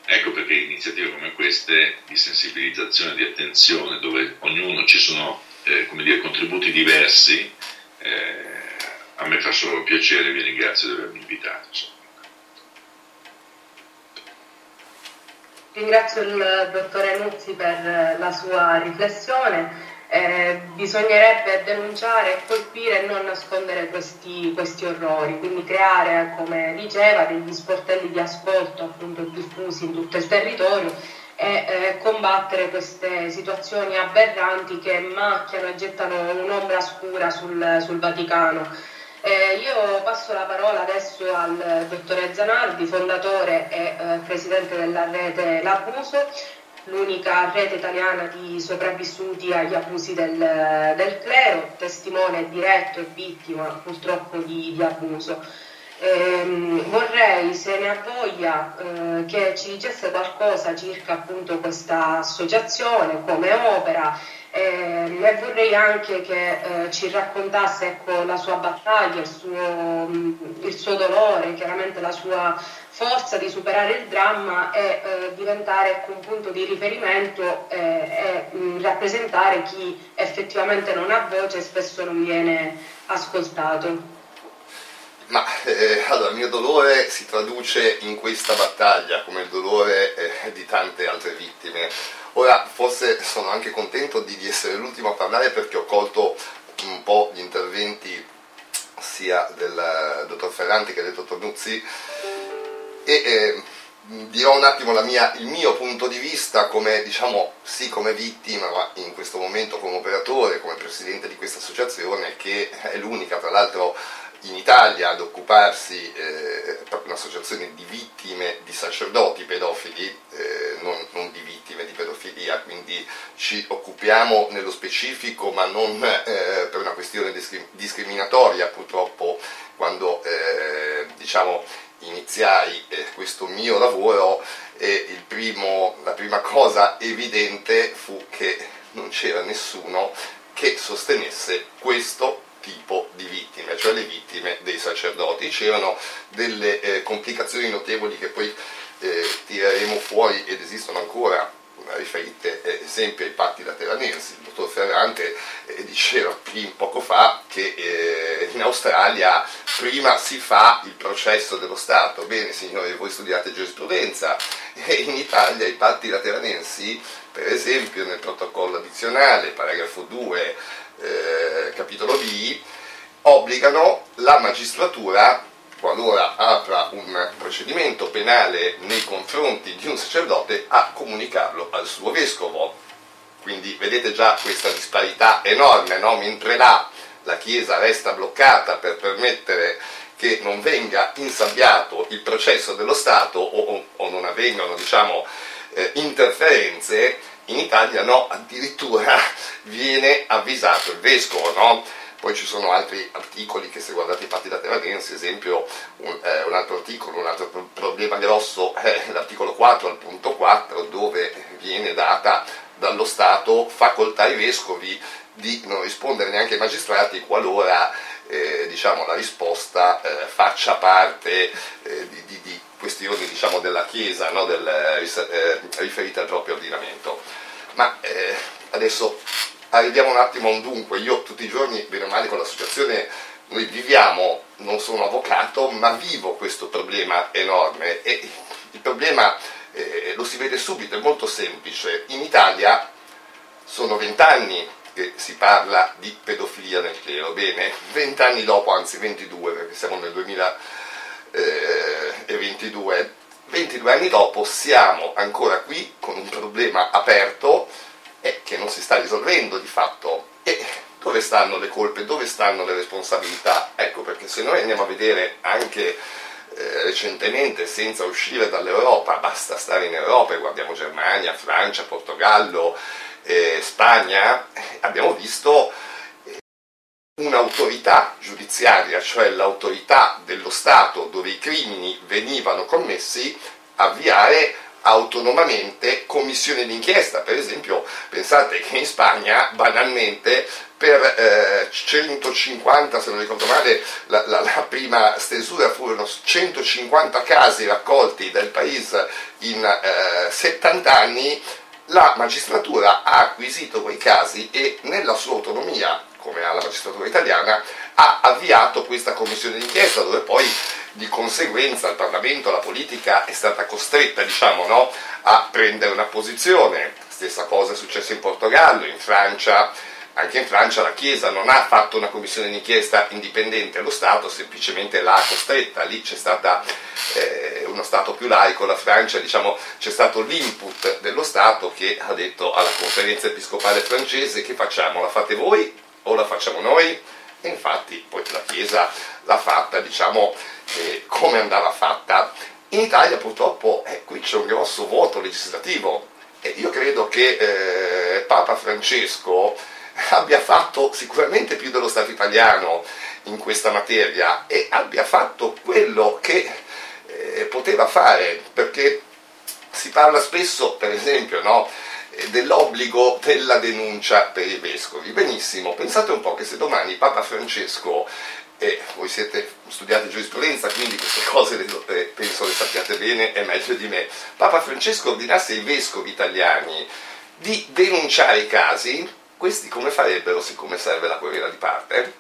Ecco perché iniziative come queste di sensibilizzazione, di attenzione, dove ognuno ci sono contributi diversi, a me fa solo piacere, vi ringrazio di avermi invitato. Ringrazio il dottore Nuzzi per la sua riflessione. Bisognerebbe denunciare e colpire e non nascondere questi orrori, quindi creare, come diceva, degli sportelli di ascolto appunto diffusi in tutto il territorio e combattere queste situazioni aberranti che macchiano e gettano un'ombra scura sul Vaticano. Io passo la parola adesso al dottore Zanardi, fondatore e presidente della rete L'Abuso, l'unica rete italiana di sopravvissuti agli abusi del clero, testimone diretto e vittima purtroppo di abuso. Vorrei, se ne ha voglia, che ci dicesse qualcosa circa appunto questa associazione, come opera, e vorrei anche che ci raccontasse, ecco, la sua battaglia, il suo dolore, chiaramente la sua forza di superare il dramma e diventare, ecco, un punto di riferimento e rappresentare chi effettivamente non ha voce e spesso non viene ascoltato. Ma allora, il mio dolore si traduce in questa battaglia, come il dolore di tante altre vittime. Ora, forse sono anche contento di essere l'ultimo a parlare, perché ho colto un po' gli interventi sia del dottor Ferranti che del dottor Nuzzi, e dirò un attimo il mio punto di vista come, diciamo, sì come vittima, ma in questo momento come operatore, come presidente di questa associazione, che è l'unica, tra l'altro, in Italia ad occuparsi, proprio un'associazione di vittime di sacerdoti pedofili, non di vittime di pedofilia, quindi ci occupiamo nello specifico, ma non per una questione discriminatoria. Purtroppo quando diciamo iniziai questo mio lavoro, la prima cosa evidente fu che non c'era nessuno che sostenesse questo tipo di vittime, cioè le vittime dei sacerdoti. C'erano delle complicazioni notevoli che poi tireremo fuori ed esistono ancora, riferite esempio ai patti lateranensi. Il dottor Ferrante diceva poco fa che in Australia prima si fa il processo dello Stato. Bene signori, voi studiate giurisprudenza, e in Italia i patti lateranensi, per esempio nel protocollo addizionale, paragrafo 2, capitolo B, obbligano la magistratura, qualora apra un procedimento penale nei confronti di un sacerdote, a comunicarlo al suo vescovo. Quindi vedete già questa disparità enorme, no? Mentre la Chiesa resta bloccata per permettere che non venga insabbiato il processo dello Stato o non avvengano, diciamo, interferenze, in Italia no, addirittura viene avvisato il vescovo, no? Poi ci sono altri articoli che, se guardate i patti lateranensi, esempio un altro articolo, un altro problema grosso è l'articolo 4 al punto 4, dove viene data dallo Stato facoltà ai vescovi di non rispondere neanche ai magistrati qualora diciamo, la risposta faccia parte di questioni, diciamo, della Chiesa, no? Riferite al proprio ordinamento. Ma adesso arriviamo un attimo a un dunque. Io tutti i giorni, bene o male, con l'associazione noi viviamo, non sono avvocato, ma vivo questo problema enorme, e il problema lo si vede subito, è molto semplice. In Italia sono 20 anni che si parla di pedofilia nel clero. Bene, 20 anni dopo, anzi 22, perché siamo nel 2022, 22 anni dopo siamo ancora qui con un problema aperto che non si sta risolvendo di fatto. E dove stanno le colpe, dove stanno le responsabilità? Ecco perché se noi andiamo a vedere anche recentemente, senza uscire dall'Europa, basta stare in Europa e guardiamo Germania, Francia, Portogallo, Spagna, abbiamo visto un'autorità giudiziaria, cioè l'autorità dello Stato dove i crimini venivano commessi, avviare autonomamente commissioni d'inchiesta. Per esempio, pensate che in Spagna, banalmente, per 150, se non ricordo male, la prima stesura furono 150 casi raccolti dal País in 70 anni, la magistratura ha acquisito quei casi e nella sua autonomia, come ha la magistratura italiana, ha avviato questa commissione d'inchiesta, dove poi di conseguenza il Parlamento, la politica è stata costretta, diciamo, no, a prendere una posizione. Stessa cosa è successa in Portogallo, in Francia. Anche in Francia la Chiesa non ha fatto una commissione d'inchiesta indipendente, lo Stato semplicemente l'ha costretta. Lì c'è stata uno Stato più laico, la Francia, diciamo, c'è stato l'input dello Stato che ha detto alla conferenza episcopale francese: che facciamo, la fate voi o la facciamo noi? E infatti poi la Chiesa l'ha fatta, diciamo, come andava fatta. In Italia purtroppo qui c'è un grosso vuoto legislativo e io credo che Papa Francesco abbia fatto sicuramente più dello Stato italiano in questa materia e abbia fatto quello che poteva fare, perché si parla spesso, per esempio, no, dell'obbligo della denuncia per i vescovi. Benissimo, pensate un po' che se domani Papa Francesco, voi siete studiati giurisprudenza, quindi queste cose penso le sappiate bene e meglio di me, Papa Francesco ordinasse ai vescovi italiani di denunciare i casi, questi come farebbero siccome serve la querela di parte?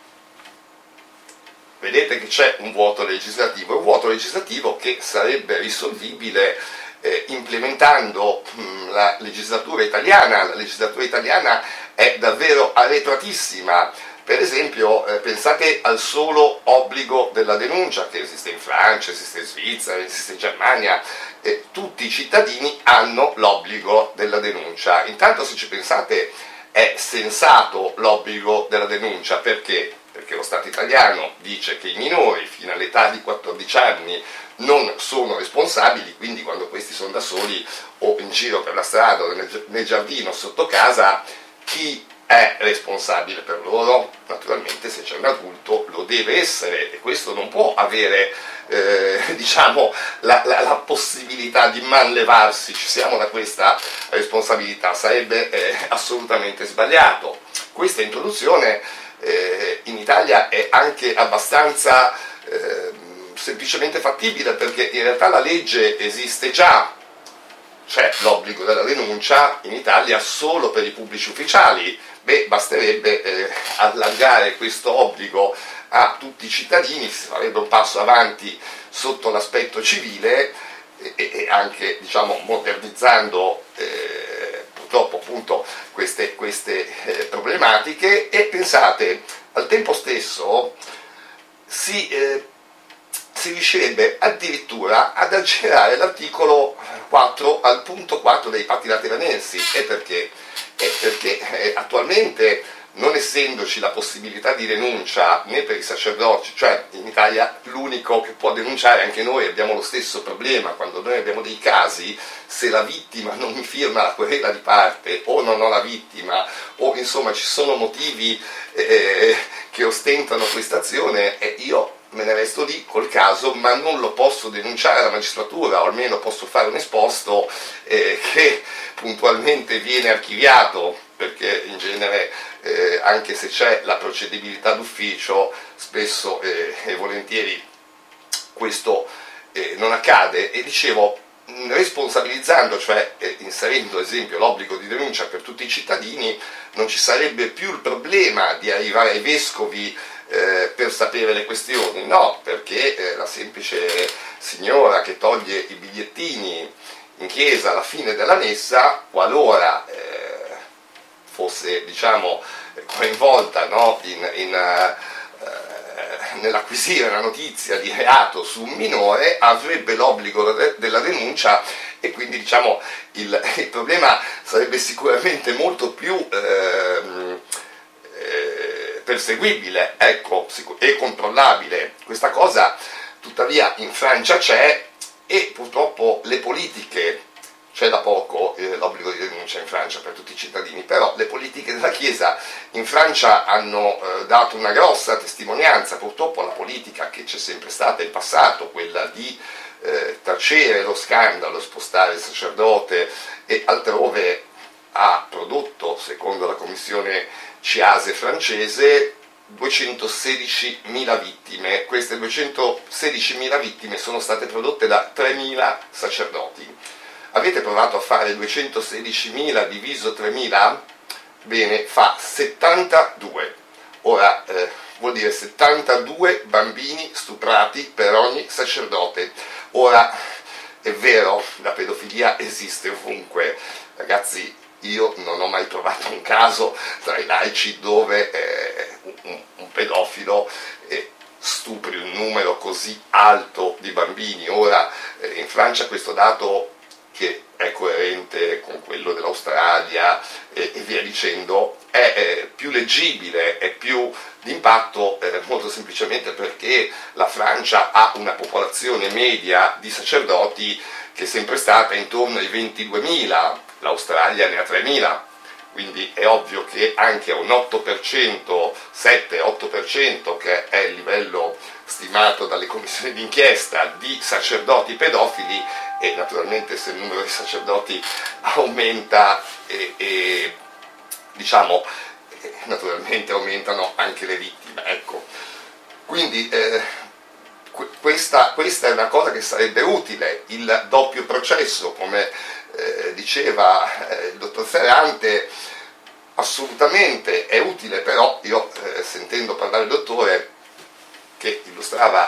Vedete che c'è un vuoto legislativo che sarebbe risolvibile implementando la legislatura italiana. La legislatura italiana è davvero arretratissima. Per esempio, pensate al solo obbligo della denuncia che esiste in Francia, esiste in Svizzera, esiste in Germania. Tutti i cittadini hanno l'obbligo della denuncia. Intanto, se ci pensate, è sensato l'obbligo della denuncia. Perché? Perché lo Stato italiano dice che i minori fino all'età di 14 anni non sono responsabili, quindi quando questi sono da soli o in giro per la strada o nel giardino sotto casa, chi è responsabile per loro? Naturalmente se c'è un adulto lo deve essere e questo non può avere diciamo la possibilità di manlevarsi, ci siamo da questa responsabilità, sarebbe assolutamente sbagliato. Questa introduzione in Italia è anche abbastanza semplicemente fattibile, perché in realtà la legge esiste già, c'è l'obbligo della denuncia in Italia solo per i pubblici ufficiali. Basterebbe allargare questo obbligo a tutti i cittadini, si farebbe un passo avanti sotto l'aspetto civile e anche, diciamo, modernizzando purtroppo appunto queste problematiche. E pensate, al tempo stesso si riuscirebbe addirittura ad aggirare l'articolo 4 al punto 4 dei patti lateranensi. E perché? Perché attualmente, non essendoci la possibilità di denuncia né per i sacerdoti, cioè in Italia l'unico che può denunciare, anche noi abbiamo lo stesso problema, quando noi abbiamo dei casi, se la vittima non mi firma la querela di parte o non ho la vittima o insomma ci sono motivi che ostentano questa azione, io me ne resto lì col caso, ma non lo posso denunciare alla magistratura, o almeno posso fare un esposto che puntualmente viene archiviato, perché in genere anche se c'è la procedibilità d'ufficio, spesso e volentieri questo non accade. E dicevo, responsabilizzando, cioè inserendo ad esempio l'obbligo di denuncia per tutti i cittadini, non ci sarebbe più il problema di arrivare ai vescovi per sapere le questioni, no, perché la semplice signora che toglie i bigliettini in chiesa alla fine della messa, qualora fosse, diciamo, coinvolta, no, nell'acquisire la notizia di reato su un minore, avrebbe l'obbligo della denuncia e quindi, diciamo, il problema sarebbe sicuramente molto più perseguibile, ecco, e controllabile. Questa cosa tuttavia in Francia c'è e purtroppo le politiche, c'è da poco l'obbligo di denuncia in Francia per tutti i cittadini, però le politiche della Chiesa in Francia hanno dato una grossa testimonianza. Purtroppo la politica che c'è sempre stata in passato, quella di tra tacere lo scandalo, spostare il sacerdote, e altrove ha prodotto, secondo la commissione CIASE francese, 216.000 vittime. Queste 216.000 vittime sono state prodotte da 3.000 sacerdoti. Avete provato a fare 216.000 diviso 3.000? Bene, fa 72. Ora, vuol dire 72 bambini stuprati per ogni sacerdote. Ora, è vero, la pedofilia esiste ovunque. Ragazzi, io non ho mai trovato un caso tra i laici dove un pedofilo stupri un numero così alto di bambini. Ora, in Francia questo dato, che è coerente con quello dell'Australia e via dicendo, è più leggibile, è più d'impatto, molto semplicemente perché la Francia ha una popolazione media di sacerdoti che è sempre stata intorno ai 22.000, l'Australia ne ha 3.000, quindi è ovvio che anche a un 8%, 7-8%, che è il livello stimato dalle commissioni d'inchiesta di sacerdoti pedofili, e naturalmente se il numero di sacerdoti aumenta diciamo naturalmente aumentano anche le vittime, ecco. Quindi questa è una cosa che sarebbe utile, il doppio processo, come diceva il dottor Ferrante, assolutamente è utile, però io sentendo parlare il dottore che illustrava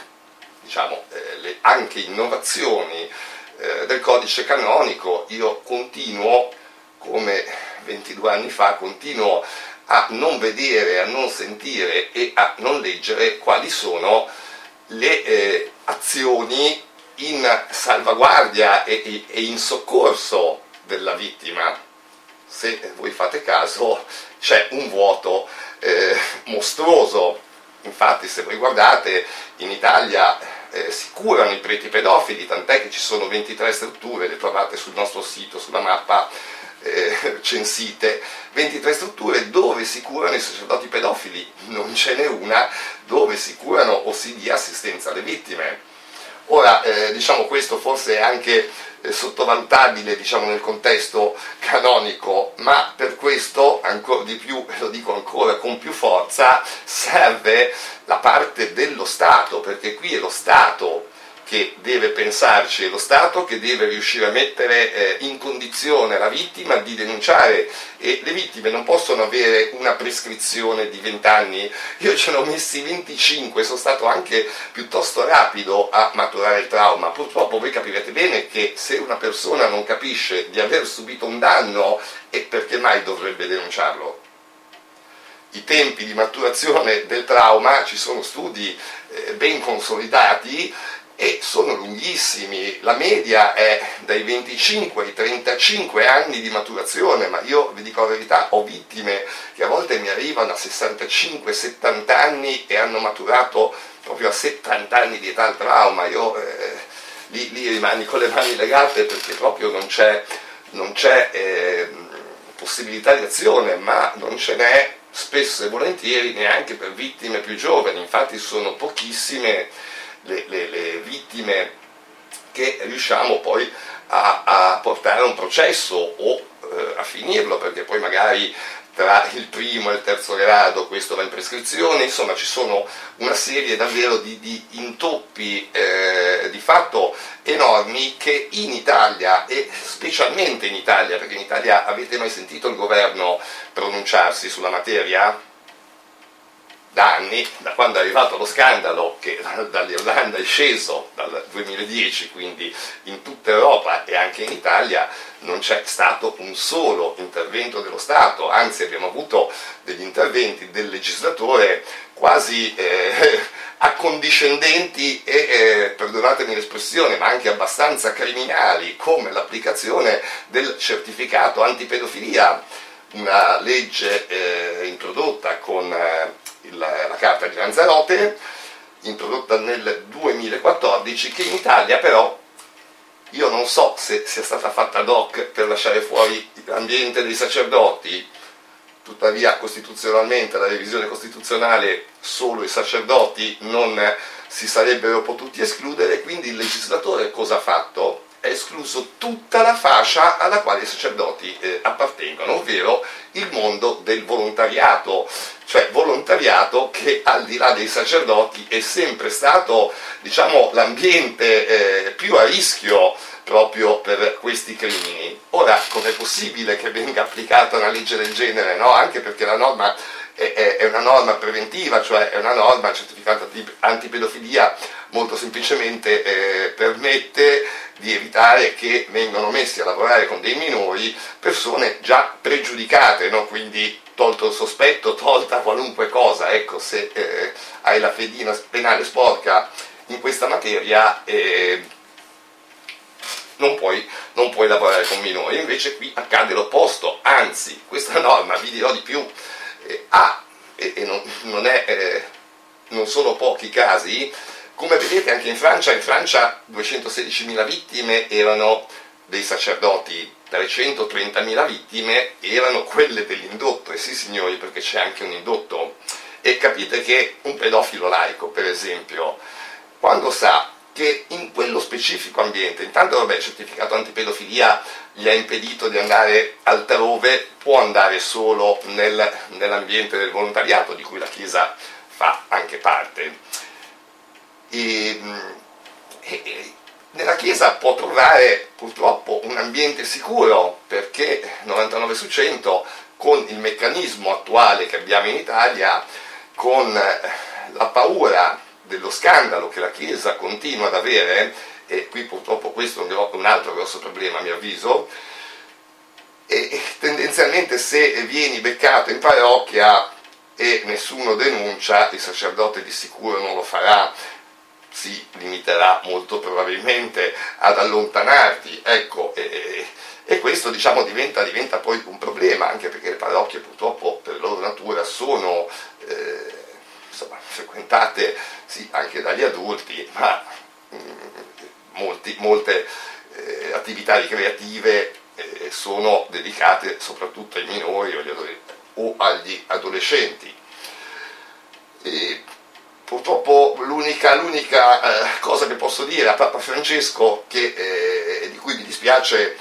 le anche innovazioni del codice canonico, io continuo, come 22 anni fa, continuo a non vedere, a non sentire e a non leggere quali sono le azioni in salvaguardia e in soccorso della vittima. Se voi fate caso, c'è un vuoto mostruoso. Infatti, se voi guardate, in Italia si curano i preti pedofili, tant'è che ci sono 23 strutture, le trovate sul nostro sito, sulla mappa censite, 23 strutture dove si curano i sacerdoti pedofili, non ce n'è una dove si curano o si dia assistenza alle vittime. Ora, questo forse è anche sottovalutabile, nel contesto canonico, ma per questo, ancora di più, e lo dico ancora con più forza, serve la parte dello Stato, perché qui è lo Stato che deve pensarci, è lo Stato che deve riuscire a mettere in condizione la vittima di denunciare, e le vittime non possono avere una prescrizione di 20 anni. Io ce ne ho messi 25, sono stato anche piuttosto rapido a maturare il trauma. Purtroppo voi capirete bene che se una persona non capisce di aver subito un danno, e perché mai dovrebbe denunciarlo? I tempi di maturazione del trauma, ci sono studi ben consolidati, e sono lunghissimi. La media è dai 25 ai 35 anni di maturazione, ma io vi dico la verità, ho vittime che a volte mi arrivano a 65-70 anni e hanno maturato proprio a 70 anni di età il trauma. Io lì rimani con le mani legate, perché proprio non c'è possibilità di azione, ma non ce n'è spesso e volentieri neanche per vittime più giovani. Infatti sono pochissime le vittime che riusciamo poi a portare a un processo o a finirlo, perché poi magari tra il primo e il terzo grado questo va in prescrizione. Insomma, ci sono una serie davvero di intoppi di fatto enormi, che in Italia, e specialmente in Italia, perché in Italia avete mai sentito il governo pronunciarsi sulla materia? Da anni, da quando è arrivato lo scandalo che dall'Irlanda è sceso dal 2010, quindi in tutta Europa e anche in Italia non c'è stato un solo intervento dello Stato, anzi abbiamo avuto degli interventi del legislatore quasi accondiscendenti e, perdonatemi l'espressione, ma anche abbastanza criminali, come l'applicazione del certificato antipedofilia, una legge introdotta con la Carta di Lanzarote, introdotta nel 2014, che in Italia però io non so se sia stata fatta ad hoc per lasciare fuori l'ambiente dei sacerdoti. tuttavia costituzionalmente la revisione costituzionale solo i sacerdoti non si sarebbero potuti escludere, quindi il legislatore cosa ha fatto? Ha escluso tutta la fascia alla quale i sacerdoti appartengono, ovvero il mondo del volontariato, cioè volontariato che al di là dei sacerdoti è sempre stato, diciamo, l'ambiente più a rischio proprio per questi crimini. Ora, com'è possibile che venga applicata una legge del genere? No? Anche perché la norma è una norma preventiva, cioè è una norma, il certificato antipedofilia molto semplicemente permette di evitare che vengano messi a lavorare con dei minori persone già pregiudicate, no? Quindi tolto il sospetto, tolta qualunque cosa, ecco, se hai la fedina penale sporca in questa materia non puoi lavorare con minori. Invece qui accade l'opposto, anzi questa norma, vi dirò di più, non sono pochi casi, come vedete anche in Francia 216.000 vittime erano dei sacerdoti, 330.000 vittime erano quelle dell'indotto, e sì signori, perché c'è anche un indotto. E capite che un pedofilo laico, per esempio, quando sa che in quello specifico ambiente, intanto vabbè, il certificato antipedofilia gli ha impedito di andare altrove, può andare solo nell'ambiente del volontariato, di cui la Chiesa fa anche parte. Nella Chiesa può trovare purtroppo un ambiente sicuro, perché 99 su 100 con il meccanismo attuale che abbiamo in Italia, con la paura dello scandalo che la Chiesa continua ad avere, e qui purtroppo questo è un altro grosso problema a mio avviso, e tendenzialmente se vieni beccato in parrocchia e nessuno denuncia, il sacerdote di sicuro non lo farà, si limiterà molto probabilmente ad allontanarti, ecco, e questo, diciamo, diventa poi un problema, anche perché le parrocchie purtroppo per loro natura sono frequentate sì anche dagli adulti, ma molte attività ricreative sono dedicate soprattutto ai minori o agli adolescenti. E purtroppo l'unica cosa che posso dire a Papa Francesco, di cui mi dispiace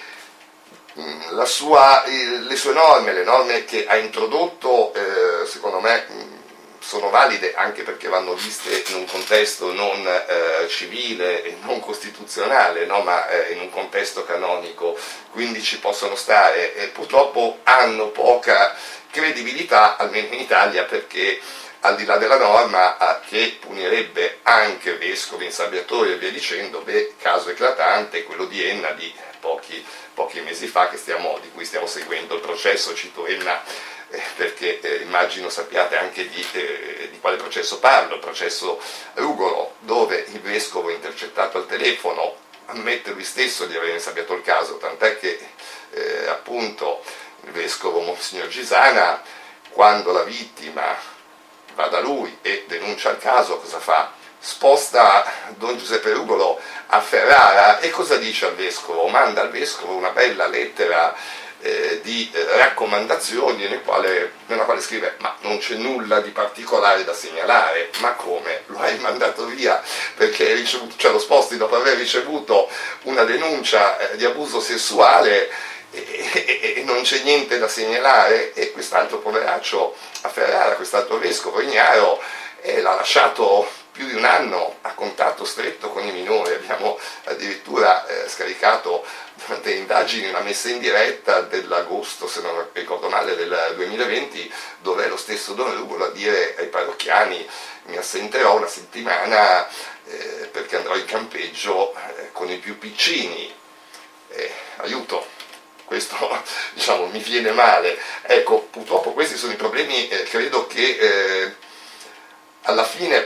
le sue norme, le norme che ha introdotto, secondo me sono valide anche perché vanno viste in un contesto non civile e non costituzionale, no? Ma in un contesto canonico, quindi ci possono stare, e purtroppo hanno poca credibilità, almeno in Italia, perché al di là della norma che punirebbe anche vescovi, insabbiatori e via dicendo, caso eclatante, quello di Enna di pochi mesi fa, di cui stiamo seguendo il processo. Cito Enna perché immagino sappiate anche di quale processo parlo, il processo Rugolo, dove il vescovo intercettato al telefono ammette lui stesso di aver insabbiato il caso, tant'è che appunto il vescovo Monsignor Gisana, quando la vittima va da lui e denuncia il caso, cosa fa? Sposta Don Giuseppe Rugolo a Ferrara e cosa dice al vescovo? Manda al vescovo una bella lettera di raccomandazioni nella quale scrive: ma non c'è nulla di particolare da segnalare. Ma come? Lo hai mandato via perché lo sposti dopo aver ricevuto una denuncia di abuso sessuale e non c'è niente da segnalare? E quest'altro poveraccio a Ferrara, quest'altro vescovo ignaro, l'ha lasciato più di un anno a contatto stretto con i minori. Abbiamo addirittura scaricato durante le indagini una messa in diretta dell'agosto, se non ricordo male, del 2020, dove è lo stesso Don Rugolo a dire ai parrocchiani: mi assenterò una settimana perché andrò in campeggio con i più piccini. Aiuto! Questo, diciamo, mi viene male. Ecco, purtroppo questi sono i problemi, credo che alla fine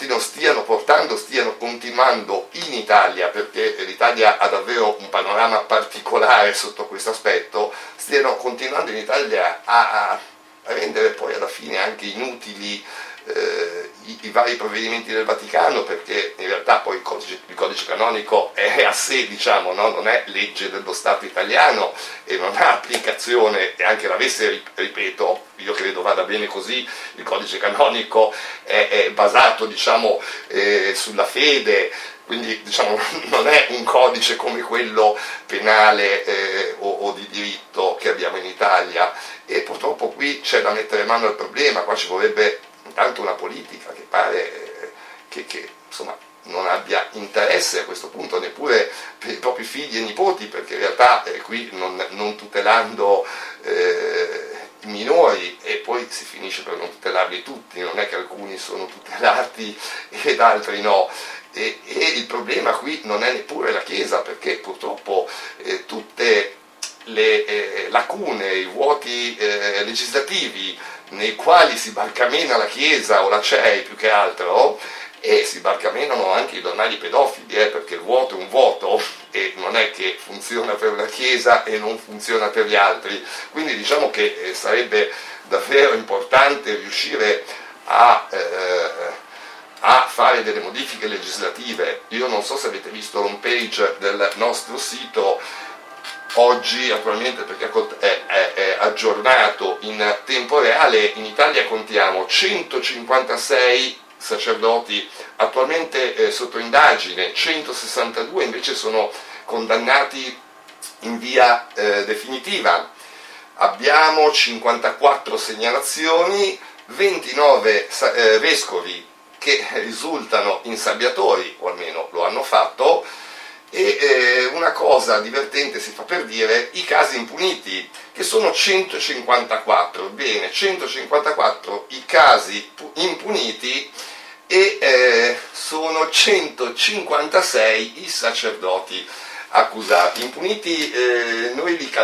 stiano continuando in Italia, perché l'Italia ha davvero un panorama particolare sotto questo aspetto, stiano continuando in Italia a rendere poi alla fine anche inutili i vari provvedimenti del Vaticano, perché in realtà poi il codice canonico è a sé, diciamo, no? Non è legge dello Stato italiano e non ha applicazione, e anche l'avesse, ripeto, io credo vada bene così, il codice canonico è basato, diciamo, sulla fede, quindi diciamo, non è un codice come quello penale o di diritto che abbiamo in Italia, e purtroppo qui c'è da mettere mano al problema. Qua ci vorrebbe intanto una politica che pare che insomma non abbia interesse a questo punto neppure per i propri figli e nipoti, perché in realtà qui non tutelando i minori, e poi si finisce per non tutelarli tutti, non è che alcuni sono tutelati ed altri no. E il problema qui non è neppure la Chiesa, perché purtroppo tutte le lacune, i vuoti legislativi nei quali si barcamena la Chiesa o la CEI più che altro, e si barcamenano anche i normali pedofili, perché il vuoto è un vuoto e non è che funziona per la Chiesa e non funziona per gli altri. Quindi diciamo che sarebbe davvero importante riuscire a fare delle modifiche legislative. Io non so se avete visto l'home page del nostro sito oggi, attualmente, perché è aggiornato in tempo reale. In Italia contiamo 156 sacerdoti attualmente sotto indagine, 162 invece sono condannati in via definitiva. Abbiamo 54 segnalazioni, 29 vescovi che risultano insabbiatori, o almeno lo hanno fatto, e una cosa divertente si fa per dire: i casi impuniti, che sono 154, bene, 154 i casi impuniti, e sono 156 i sacerdoti accusati. Impuniti, noi li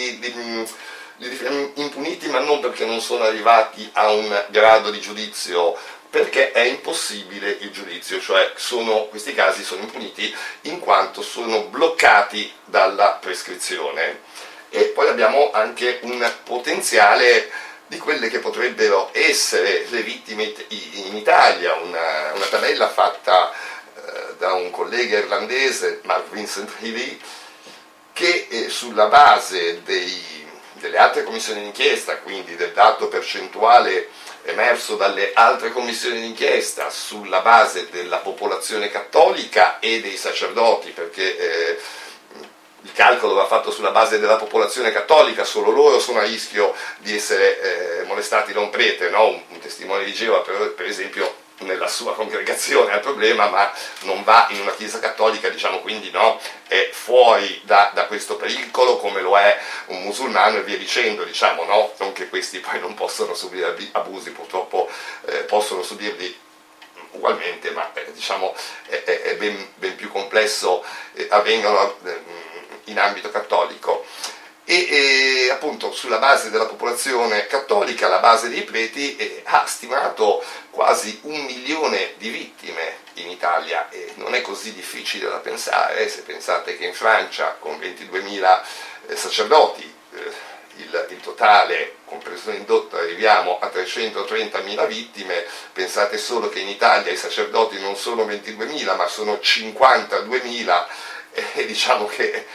definiamo impuniti, ma non perché non sono arrivati a un grado di giudizio, perché è impossibile il giudizio, cioè questi casi sono impuniti in quanto sono bloccati dalla prescrizione. E poi abbiamo anche un potenziale di quelle che potrebbero essere le vittime in Italia, una tabella fatta da un collega irlandese, Mark Vincent Healy, che sulla base delle altre commissioni d'inchiesta, quindi del dato percentuale emerso dalle altre commissioni d'inchiesta, sulla base della popolazione cattolica e dei sacerdoti, perché il calcolo va fatto sulla base della popolazione cattolica, solo loro sono a rischio di essere molestati da un prete, no? Un testimone di Geova per esempio nella sua congregazione ha il problema, ma non va in una chiesa cattolica, diciamo, quindi no, è fuori da questo pericolo, come lo è un musulmano e via dicendo, diciamo, no? Non che questi poi non possono subire abusi, purtroppo possono subirli ugualmente, ma diciamo è ben più complesso, avvengono in ambito cattolico. E appunto sulla base della popolazione cattolica, la base dei preti ha stimato quasi 1 milione di vittime in Italia, e non è così difficile da pensare, se pensate che in Francia con 22.000 sacerdoti il totale, compreso l'indotto, arriviamo a 330.000 vittime. Pensate solo che in Italia i sacerdoti non sono 22.000 ma sono 52.000, e diciamo che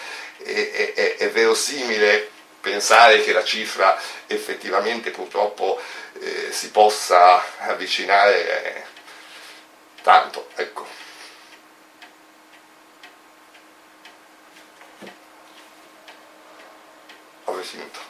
è verosimile pensare che la cifra effettivamente purtroppo si possa avvicinare tanto, ecco. Ho finito.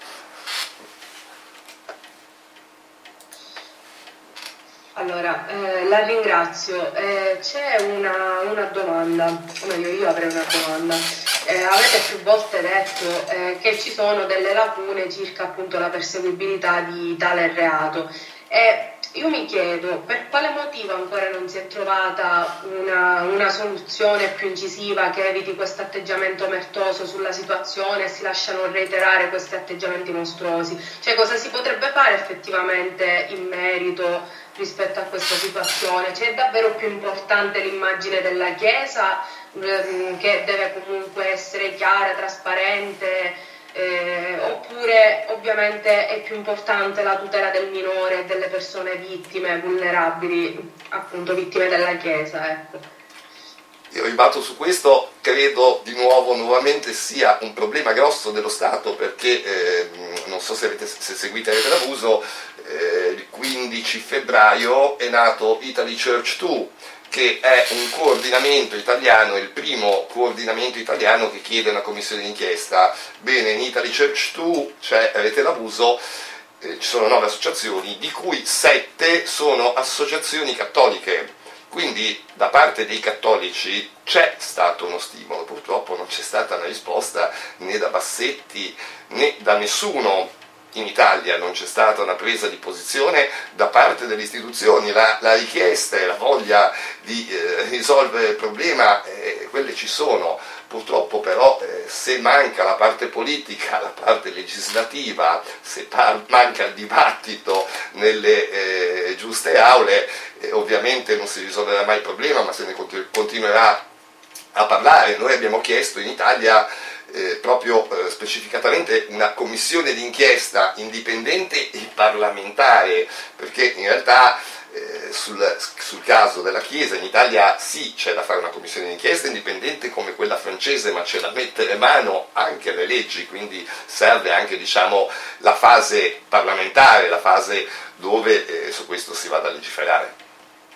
Allora, la ringrazio. C'è una domanda, o meglio io avrei una domanda. Avete più volte detto che ci sono delle lacune circa appunto la perseguibilità di tale reato. Io mi chiedo per quale motivo ancora non si è trovata una soluzione più incisiva che eviti questo atteggiamento omertoso sulla situazione e si lasciano reiterare questi atteggiamenti mostruosi. Cioè, cosa si potrebbe fare effettivamente in merito rispetto a questa situazione? Cioè, è davvero più importante l'immagine della Chiesa, che deve comunque essere chiara, trasparente, oppure ovviamente è più importante la tutela del minore e delle persone vittime, vulnerabili, appunto vittime della Chiesa, ecco. Io ribatto su questo, credo nuovamente sia un problema grosso dello Stato, perché non so se seguite Rete l'Abuso, il 15 febbraio è nato Italy Church 2, che è un coordinamento italiano, il primo coordinamento italiano che chiede una commissione d'inchiesta. Bene, in Italy Church 2 c'è Rete l'Abuso, ci sono 9 associazioni, di cui 7 sono associazioni cattoliche. Quindi da parte dei cattolici c'è stato uno stimolo, purtroppo non c'è stata una risposta né da Bassetti né da nessuno in Italia, non c'è stata una presa di posizione da parte delle istituzioni, la richiesta e la voglia di risolvere il problema, quelle ci sono. Purtroppo però se manca la parte politica, la parte legislativa, se manca il dibattito nelle giuste aule, ovviamente non si risolverà mai il problema, ma se ne continuerà a parlare. Noi abbiamo chiesto in Italia proprio specificatamente una commissione d'inchiesta indipendente e parlamentare, perché in realtà sul caso della Chiesa in Italia sì, c'è da fare una commissione d'inchiesta indipendente come quella francese, ma c'è da mettere mano anche alle leggi, quindi serve anche, diciamo, la fase parlamentare, la fase dove su questo si vada a legiferare.